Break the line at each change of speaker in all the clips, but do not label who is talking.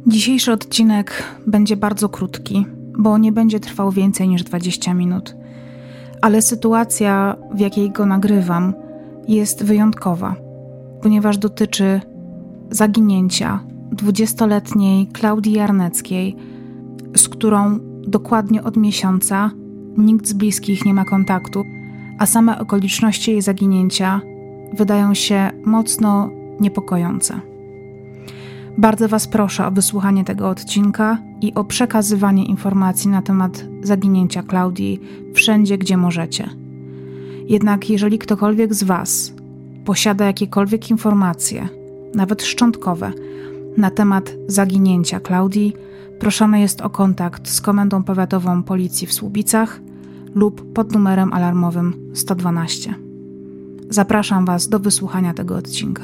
Dzisiejszy odcinek będzie bardzo krótki, bo nie będzie trwał więcej niż 20 minut. Ale sytuacja, w jakiej go nagrywam, jest wyjątkowa, ponieważ dotyczy zaginięcia 20-letniej Klaudii Jarneckiej, z którą dokładnie od miesiąca nikt z bliskich nie ma kontaktu, a same okoliczności jej zaginięcia wydają się mocno niepokojące. Bardzo Was proszę o wysłuchanie tego odcinka i o przekazywanie informacji na temat zaginięcia Klaudii wszędzie, gdzie możecie. Jednak jeżeli ktokolwiek z Was posiada jakiekolwiek informacje, nawet szczątkowe, na temat zaginięcia Klaudii, proszony jest o kontakt z Komendą Powiatową Policji w Słubicach lub pod numerem alarmowym 112. Zapraszam Was do wysłuchania tego odcinka.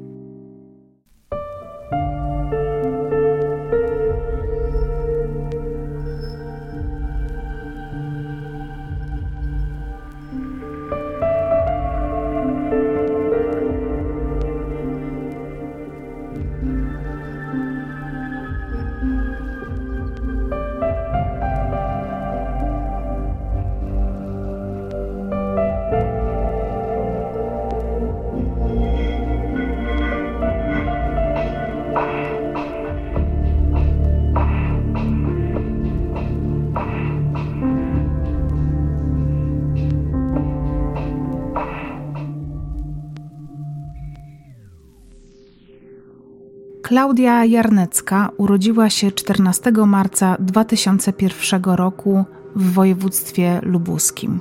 Klaudia Jarnecka urodziła się 14 marca 2001 roku w województwie lubuskim.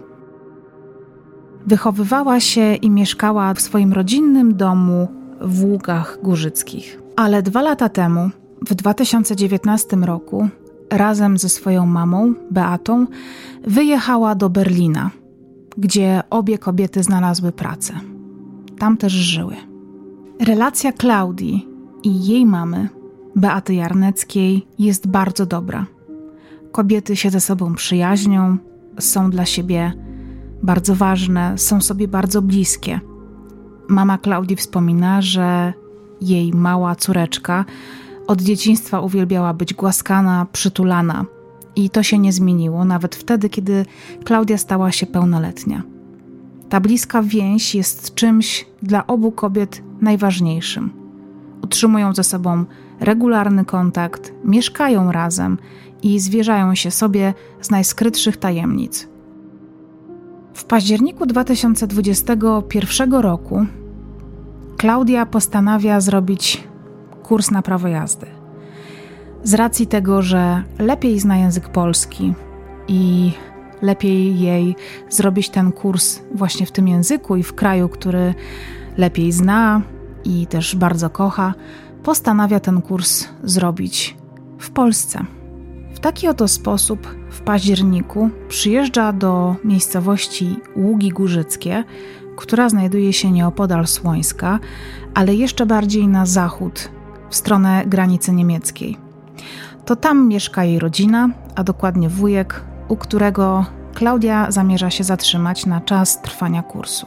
Wychowywała się i mieszkała w swoim rodzinnym domu w Łukach Górzyckich. Ale 2 lata temu, w 2019 roku, razem ze swoją mamą, Beatą, wyjechała do Berlina, gdzie obie kobiety znalazły pracę. Tam też żyły. Relacja Klaudii i jej mamy, Beaty Jarneckiej, jest bardzo dobra. Kobiety się ze sobą przyjaźnią, są dla siebie bardzo ważne, są sobie bardzo bliskie. Mama Klaudii wspomina, że jej mała córeczka od dzieciństwa uwielbiała być głaskana, przytulana i to się nie zmieniło, nawet wtedy, kiedy Klaudia stała się pełnoletnia. Ta bliska więź jest czymś dla obu kobiet najważniejszym. Utrzymują ze sobą regularny kontakt, mieszkają razem i zwierzają się sobie z najskrytszych tajemnic. W październiku 2021 roku Klaudia postanawia zrobić kurs na prawo jazdy. Z racji tego, że lepiej zna język polski i lepiej jej zrobić ten kurs właśnie w tym języku i w kraju, który lepiej zna i też bardzo kocha, postanawia ten kurs zrobić w Polsce. W taki oto sposób w październiku przyjeżdża do miejscowości Ługi Górzyckie, która znajduje się nieopodal Słońska, ale jeszcze bardziej na zachód, w stronę granicy niemieckiej. To tam mieszka jej rodzina, a dokładnie wujek, u którego Klaudia zamierza się zatrzymać na czas trwania kursu.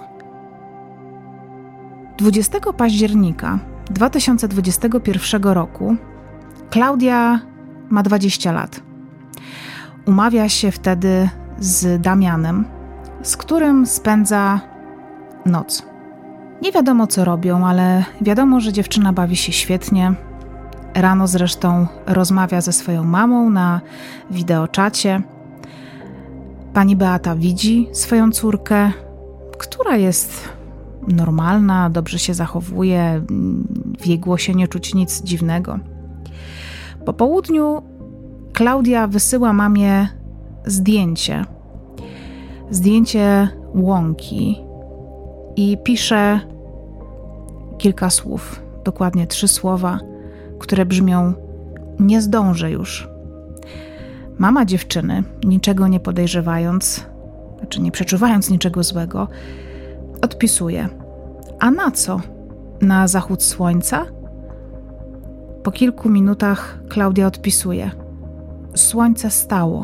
20 października 2021 roku Klaudia ma 20 lat. Umawia się wtedy z Damianem, z którym spędza noc. Nie wiadomo, co robią, ale wiadomo, że dziewczyna bawi się świetnie. Rano zresztą rozmawia ze swoją mamą na wideoczacie. Pani Beata widzi swoją córkę, która jest normalna, dobrze się zachowuje, w jej głosie nie czuć nic dziwnego. Po południu Klaudia wysyła mamie zdjęcie łąki i pisze kilka słów, dokładnie 3 słowa, które brzmią: nie zdążę już. Mama dziewczyny, niczego nie podejrzewając, nie przeczuwając niczego złego, odpisuje: a na co? Na zachód słońca? Po kilku minutach Klaudia odpisuje: słońce stało.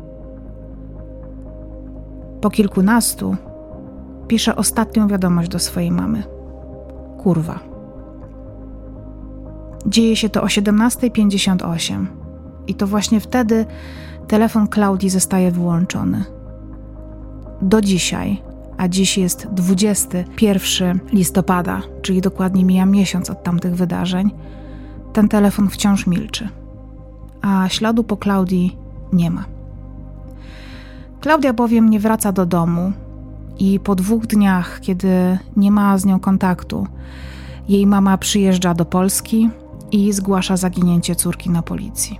Po kilkunastu pisze ostatnią wiadomość do swojej mamy: kurwa. Dzieje się to o 17:58 i to właśnie wtedy telefon Klaudii zostaje wyłączony. Do dzisiaj, a dziś jest 21 listopada, czyli dokładnie mija miesiąc od tamtych wydarzeń, ten telefon wciąż milczy, a śladu po Klaudii nie ma. Klaudia bowiem nie wraca do domu i po 2 dniach, kiedy nie ma z nią kontaktu, jej mama przyjeżdża do Polski i zgłasza zaginięcie córki na policji.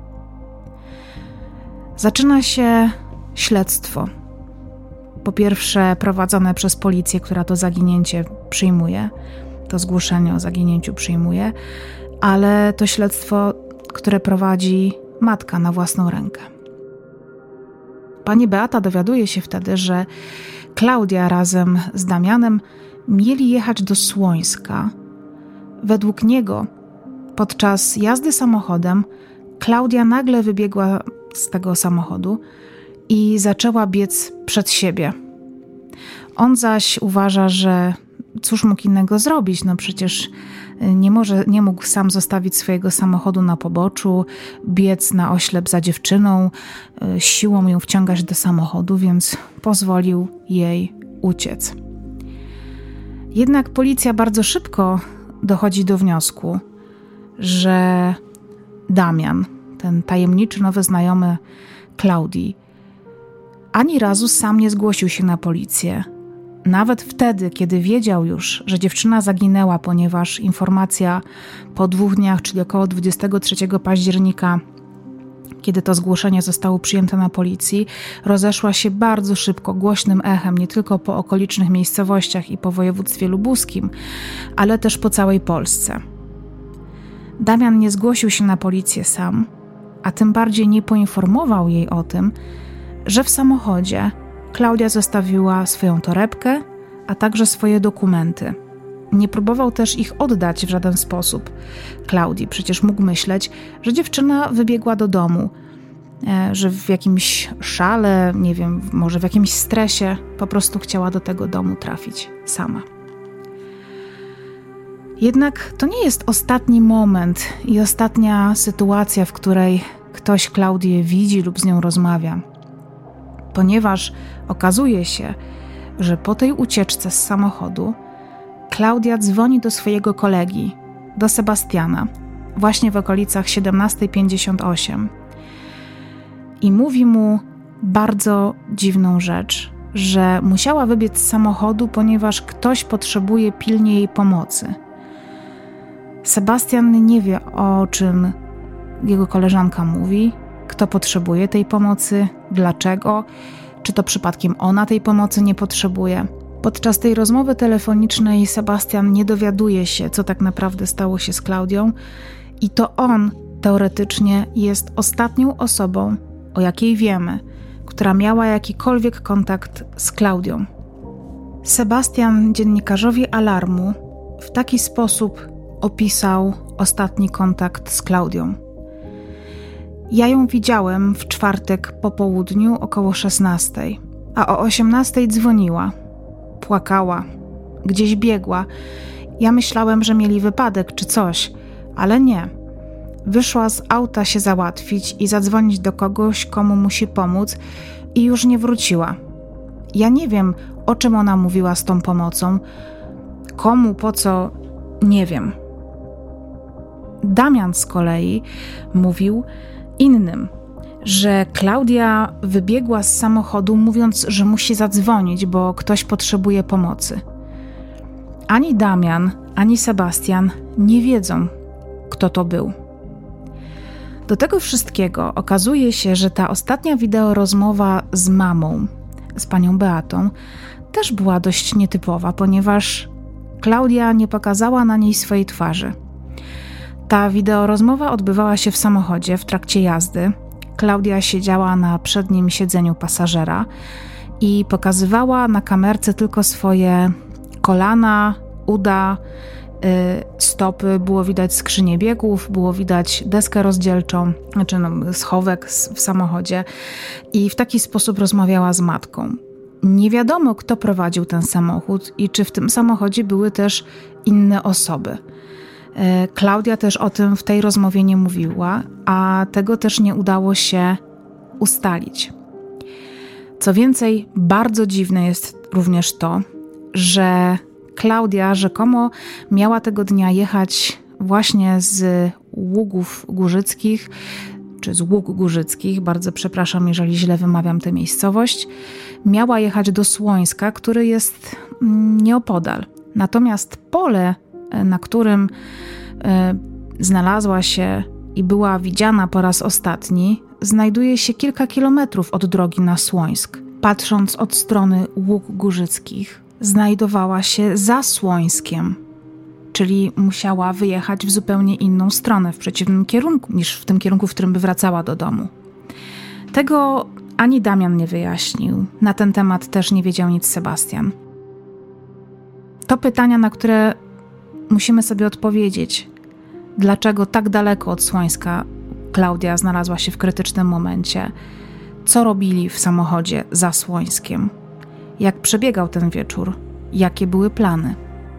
Zaczyna się śledztwo. Po pierwsze prowadzone przez policję, która to zaginięcie przyjmuje, to zgłoszenie o zaginięciu przyjmuje, ale to śledztwo, które prowadzi matka na własną rękę. Pani Beata dowiaduje się wtedy, że Klaudia razem z Damianem mieli jechać do Słońska. Według niego podczas jazdy samochodem Klaudia nagle wybiegła z tego samochodu i zaczęła biec przed siebie. On zaś uważa, że cóż mógł innego zrobić? No przecież nie mógł sam zostawić swojego samochodu na poboczu, biec na oślep za dziewczyną, siłą ją wciągać do samochodu, więc pozwolił jej uciec. Jednak policja bardzo szybko dochodzi do wniosku, że Damian, ten tajemniczy nowy znajomy Klaudii, ani razu sam nie zgłosił się na policję. Nawet wtedy, kiedy wiedział już, że dziewczyna zaginęła, ponieważ informacja po 2 dniach, czyli około 23 października, kiedy to zgłoszenie zostało przyjęte na policji, rozeszła się bardzo szybko, głośnym echem, nie tylko po okolicznych miejscowościach i po województwie lubuskim, ale też po całej Polsce. Damian nie zgłosił się na policję sam, a tym bardziej nie poinformował jej o tym, że w samochodzie Klaudia zostawiła swoją torebkę, a także swoje dokumenty. Nie próbował też ich oddać w żaden sposób Klaudii. Przecież mógł myśleć, że dziewczyna wybiegła do domu, że w jakimś szale, nie wiem, może w jakimś stresie po prostu chciała do tego domu trafić sama. Jednak to nie jest ostatni moment i ostatnia sytuacja, w której ktoś Klaudię widzi lub z nią rozmawia. Ponieważ okazuje się, że po tej ucieczce z samochodu Klaudia dzwoni do swojego kolegi, do Sebastiana, właśnie w okolicach 17:58 i mówi mu bardzo dziwną rzecz, że musiała wybiec z samochodu, ponieważ ktoś potrzebuje pilnie jej pomocy. Sebastian nie wie, o czym jego koleżanka mówi, kto potrzebuje tej pomocy, dlaczego, czy to przypadkiem ona tej pomocy nie potrzebuje. Podczas tej rozmowy telefonicznej Sebastian nie dowiaduje się, co tak naprawdę stało się z Klaudią i to on teoretycznie jest ostatnią osobą, o jakiej wiemy, która miała jakikolwiek kontakt z Klaudią. Sebastian dziennikarzowi Alarmu w taki sposób opisał ostatni kontakt z Klaudią. Ja ją widziałem w czwartek po południu około 16:00, a o 18:00 dzwoniła. Płakała, gdzieś biegła. Ja myślałem, że mieli wypadek czy coś, ale nie. Wyszła z auta się załatwić i zadzwonić do kogoś, komu musi pomóc i już nie wróciła. Ja nie wiem, o czym ona mówiła z tą pomocą. Komu, po co, nie wiem. Damian z kolei mówił innym, że Klaudia wybiegła z samochodu, mówiąc, że musi zadzwonić, bo ktoś potrzebuje pomocy. Ani Damian, ani Sebastian nie wiedzą, kto to był. Do tego wszystkiego okazuje się, że ta ostatnia wideorozmowa z mamą, z panią Beatą, też była dość nietypowa, ponieważ Klaudia nie pokazała na niej swojej twarzy. Ta wideorozmowa odbywała się w samochodzie w trakcie jazdy. Klaudia siedziała na przednim siedzeniu pasażera i pokazywała na kamerce tylko swoje kolana, uda, stopy. Było widać skrzynię biegów, było widać deskę rozdzielczą, schowek w samochodzie i w taki sposób rozmawiała z matką. Nie wiadomo, kto prowadził ten samochód i czy w tym samochodzie były też inne osoby. Klaudia też o tym w tej rozmowie nie mówiła, a tego też nie udało się ustalić. Co więcej, bardzo dziwne jest również to, że Klaudia rzekomo miała tego dnia jechać właśnie z Ługów Górzyckich, czy z Ług Górzyckich, bardzo przepraszam, jeżeli źle wymawiam tę miejscowość, miała jechać do Słońska, który jest nieopodal. Natomiast pole, na którym znalazła się i była widziana po raz ostatni, znajduje się kilka kilometrów od drogi na Słońsk. Patrząc od strony Ług Górzyckich, znajdowała się za Słońskiem, czyli musiała wyjechać w zupełnie inną stronę, w przeciwnym kierunku niż w tym kierunku, w którym by wracała do domu. Tego ani Damian nie wyjaśnił, na ten temat też nie wiedział nic Sebastian. To pytania, na które musimy sobie odpowiedzieć. Dlaczego tak daleko od Słońska Klaudia znalazła się w krytycznym momencie? Co robili w samochodzie za Słońskiem? Jak przebiegał ten wieczór? Jakie były plany?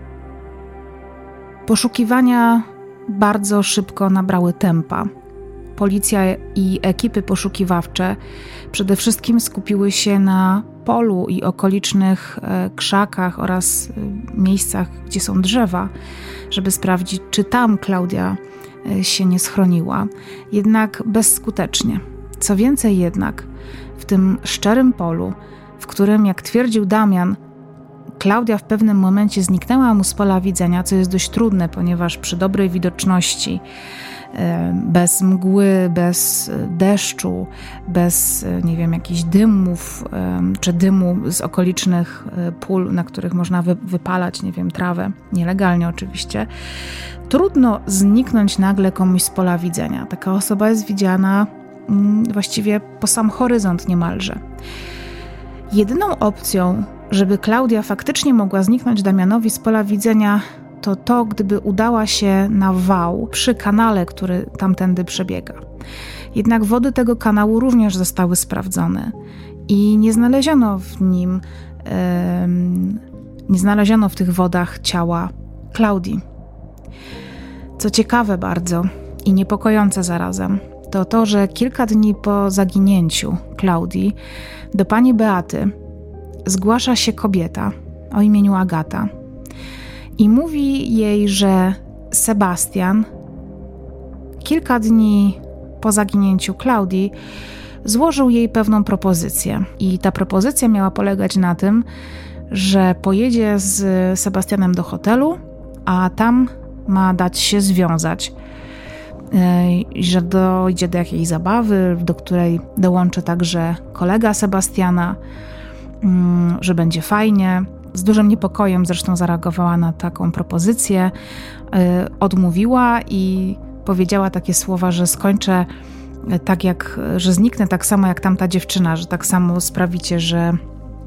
Poszukiwania bardzo szybko nabrały tempa. Policja i ekipy poszukiwawcze przede wszystkim skupiły się na polu i okolicznych krzakach oraz miejscach, gdzie są drzewa, żeby sprawdzić, czy tam Klaudia się nie schroniła. Jednak bezskutecznie. Co więcej jednak, w tym szczerym polu, w którym, jak twierdził Damian, Klaudia w pewnym momencie zniknęła mu z pola widzenia, co jest dość trudne, ponieważ przy dobrej widoczności, bez mgły, bez deszczu, bez, nie wiem, jakichś dymów, czy dymu z okolicznych pól, na których można wypalać, nie wiem, trawę, nielegalnie oczywiście, trudno zniknąć nagle komuś z pola widzenia. Taka osoba jest widziana właściwie po sam horyzont niemalże. Jedyną opcją, żeby Klaudia faktycznie mogła zniknąć Damianowi z pola widzenia, to gdyby udała się na wał przy kanale, który tamtędy przebiega. Jednak wody tego kanału również zostały sprawdzone i nie znaleziono w tych wodach ciała Klaudii. Co ciekawe bardzo i niepokojące zarazem, to, że kilka dni po zaginięciu Klaudii do pani Beaty zgłasza się kobieta o imieniu Agata i mówi jej, że Sebastian kilka dni po zaginięciu Klaudii złożył jej pewną propozycję. I ta propozycja miała polegać na tym, że pojedzie z Sebastianem do hotelu, a tam ma dać się związać. Że dojdzie do jakiejś zabawy, do której dołączy także kolega Sebastiana, że będzie fajnie. Z dużym niepokojem zresztą zareagowała na taką propozycję, odmówiła i powiedziała takie słowa, że skończę tak jak, że zniknę tak samo jak tamta dziewczyna, że tak samo sprawicie, że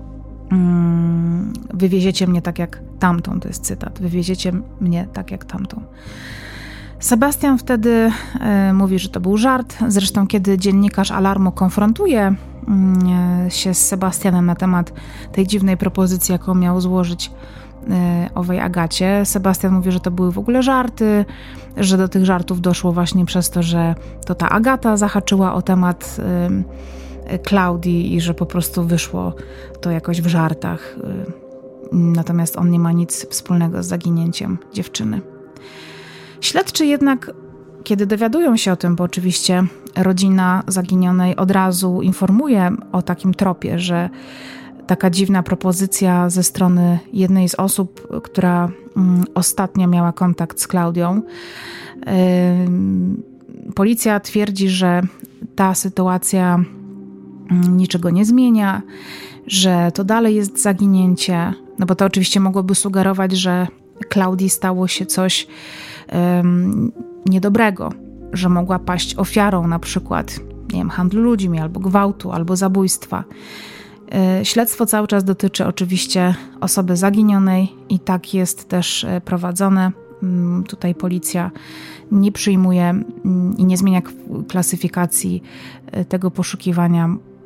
wywieziecie mnie tak jak tamtą, to jest cytat, wywieziecie mnie tak jak tamtą. Sebastian wtedy mówi, że to był żart. Zresztą kiedy dziennikarz Alarmu konfrontuje się z Sebastianem na temat tej dziwnej propozycji, jaką miał złożyć owej Agacie, Sebastian mówi, że to były w ogóle żarty, że do tych żartów doszło właśnie przez to, że to ta Agata zahaczyła o temat Klaudii i że po prostu wyszło to jakoś w żartach. Natomiast on nie ma nic wspólnego z zaginięciem dziewczyny. Śledczy jednak, kiedy dowiadują się o tym, bo oczywiście rodzina zaginionej od razu informuje o takim tropie, że taka dziwna propozycja ze strony jednej z osób, która ostatnio miała kontakt z Klaudią. Policja twierdzi, że ta sytuacja niczego nie zmienia, że to dalej jest zaginięcie, no bo to oczywiście mogłoby sugerować, że Klaudii stało się coś niedobrego, że mogła paść ofiarą na przykład, nie wiem, handlu ludźmi, albo gwałtu, albo zabójstwa. Śledztwo cały czas dotyczy oczywiście osoby zaginionej i tak jest też prowadzone. Tutaj policja nie przyjmuje i nie zmienia klasyfikacji tego poszukiwania,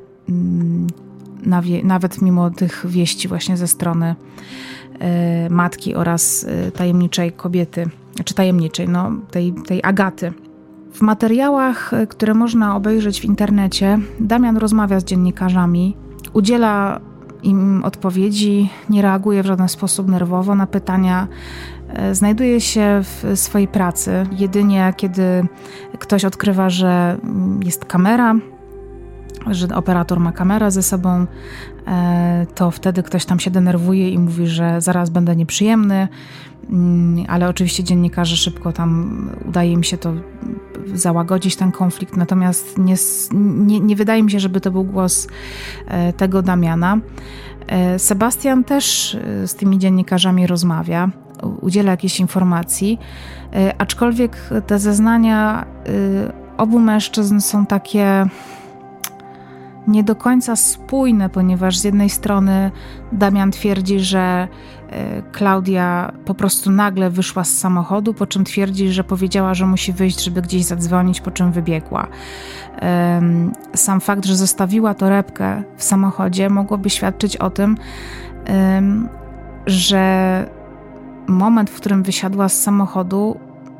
nawet mimo tych wieści właśnie ze strony matki oraz tajemniczej kobiety czy tajemniczej, tej Agaty. W materiałach, które można obejrzeć w internecie, Damian rozmawia z dziennikarzami, udziela im odpowiedzi, nie reaguje w żaden sposób nerwowo na pytania. Znajduje się w swojej pracy. Jedynie kiedy ktoś odkrywa, że jest kamera, że operator ma kamerę ze sobą, to wtedy ktoś tam się denerwuje i mówi, że zaraz będę nieprzyjemny, ale oczywiście dziennikarze szybko tam udaje im się to załagodzić, ten konflikt, natomiast nie wydaje mi się, żeby to był głos tego Damiana. Sebastian też z tymi dziennikarzami rozmawia, udziela jakichś informacji, aczkolwiek te zeznania obu mężczyzn są takie nie do końca spójne, ponieważ z jednej strony Damian twierdzi, że Klaudia po prostu nagle wyszła z samochodu, po czym twierdzi, że powiedziała, że musi wyjść, żeby gdzieś zadzwonić, po czym wybiegła. Sam fakt, że zostawiła torebkę w samochodzie, mogłoby świadczyć o tym, że moment, w którym wysiadła z samochodu,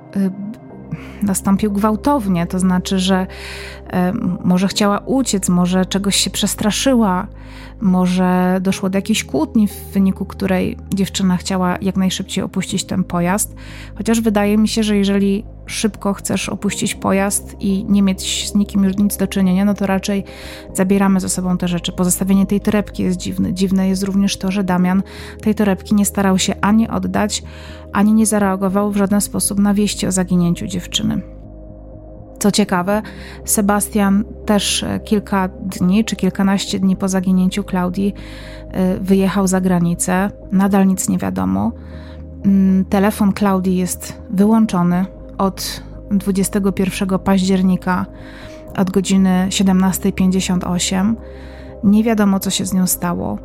nastąpił gwałtownie, to znaczy, że może chciała uciec, może czegoś się przestraszyła, może doszło do jakiejś kłótni, w wyniku której dziewczyna chciała jak najszybciej opuścić ten pojazd. Chociaż wydaje mi się, że jeżeli szybko chcesz opuścić pojazd i nie mieć z nikim już nic do czynienia, no to raczej zabieramy ze sobą te rzeczy. Pozostawienie tej torebki jest dziwne. Dziwne jest również to, że Damian tej torebki nie starał się ani oddać, ani nie zareagował w żaden sposób na wieści o zaginięciu dziewczyny. Co ciekawe, Sebastian też kilka dni czy kilkanaście dni po zaginięciu Klaudii wyjechał za granicę. Nadal nic nie wiadomo. Telefon Klaudii jest wyłączony od 21 października od godziny 17:58. Nie wiadomo, co się z nią stało.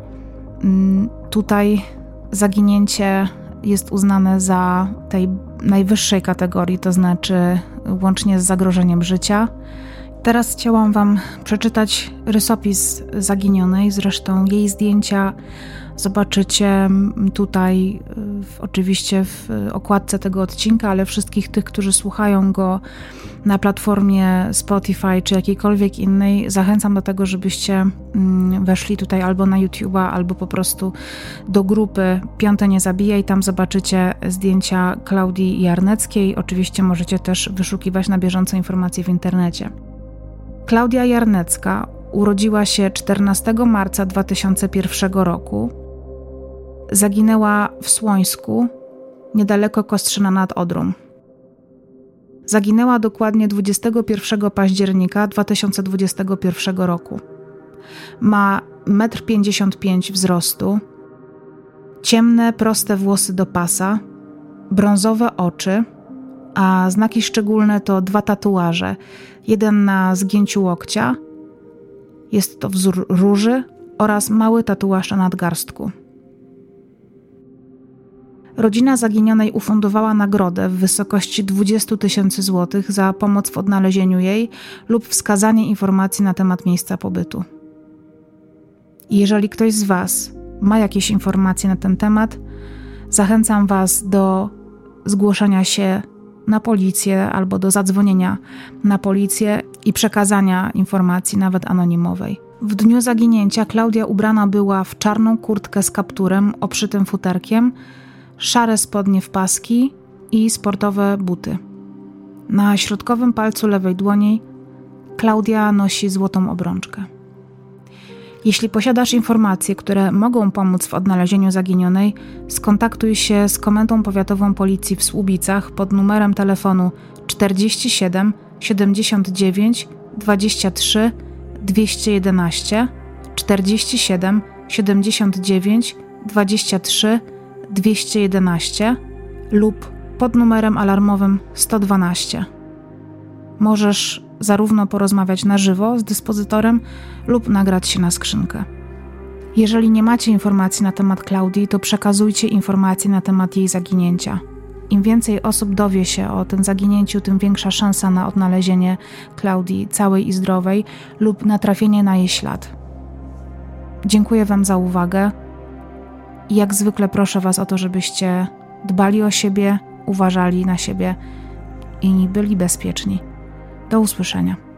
Tutaj zaginięcie jest uznane za tej najwyższej kategorii, to znaczy łącznie z zagrożeniem życia. Teraz chciałam Wam przeczytać rysopis zaginionej, zresztą jej zdjęcia zobaczycie tutaj oczywiście w okładce tego odcinka, ale wszystkich tych, którzy słuchają go na platformie Spotify czy jakiejkolwiek innej, zachęcam do tego, żebyście weszli tutaj albo na YouTube'a, albo po prostu do grupy Piąte Nie Zabija i tam zobaczycie zdjęcia Klaudii Jarneckiej. Oczywiście możecie też wyszukiwać na bieżąco informacje w internecie. Klaudia Jarnecka urodziła się 14 marca 2001 roku. Zaginęła w Słońsku, niedaleko Kostrzyna nad Odrą. Zaginęła dokładnie 21 października 2021 roku. Ma 1,55 m wzrostu, ciemne, proste włosy do pasa, brązowe oczy, a znaki szczególne to 2 tatuaże. Jeden na zgięciu łokcia, jest to wzór róży oraz mały tatuaż na nadgarstku. Rodzina zaginionej ufundowała nagrodę w wysokości 20 000 złotych za pomoc w odnalezieniu jej lub wskazanie informacji na temat miejsca pobytu. Jeżeli ktoś z Was ma jakieś informacje na ten temat, zachęcam Was do zgłoszenia się na policję albo do zadzwonienia na policję i przekazania informacji, nawet anonimowej. W dniu zaginięcia Klaudia ubrana była w czarną kurtkę z kapturem obszytym futerkiem, szare spodnie w paski i sportowe buty. Na środkowym palcu lewej dłoni Klaudia nosi złotą obrączkę. Jeśli posiadasz informacje, które mogą pomóc w odnalezieniu zaginionej, skontaktuj się z Komendą Powiatową Policji w Słubicach pod numerem telefonu 47 79 23 211 47 79 23 211 lub pod numerem alarmowym 112. Możesz zarówno porozmawiać na żywo z dyspozytorem lub nagrać się na skrzynkę. Jeżeli nie macie informacji na temat Klaudii, to przekazujcie informacje na temat jej zaginięcia. Im więcej osób dowie się o tym zaginięciu, tym większa szansa na odnalezienie Klaudii całej i zdrowej lub na trafienie na jej ślad. Dziękuję Wam za uwagę i jak zwykle proszę Was o to, żebyście dbali o siebie, uważali na siebie i byli bezpieczni. Do usłyszenia.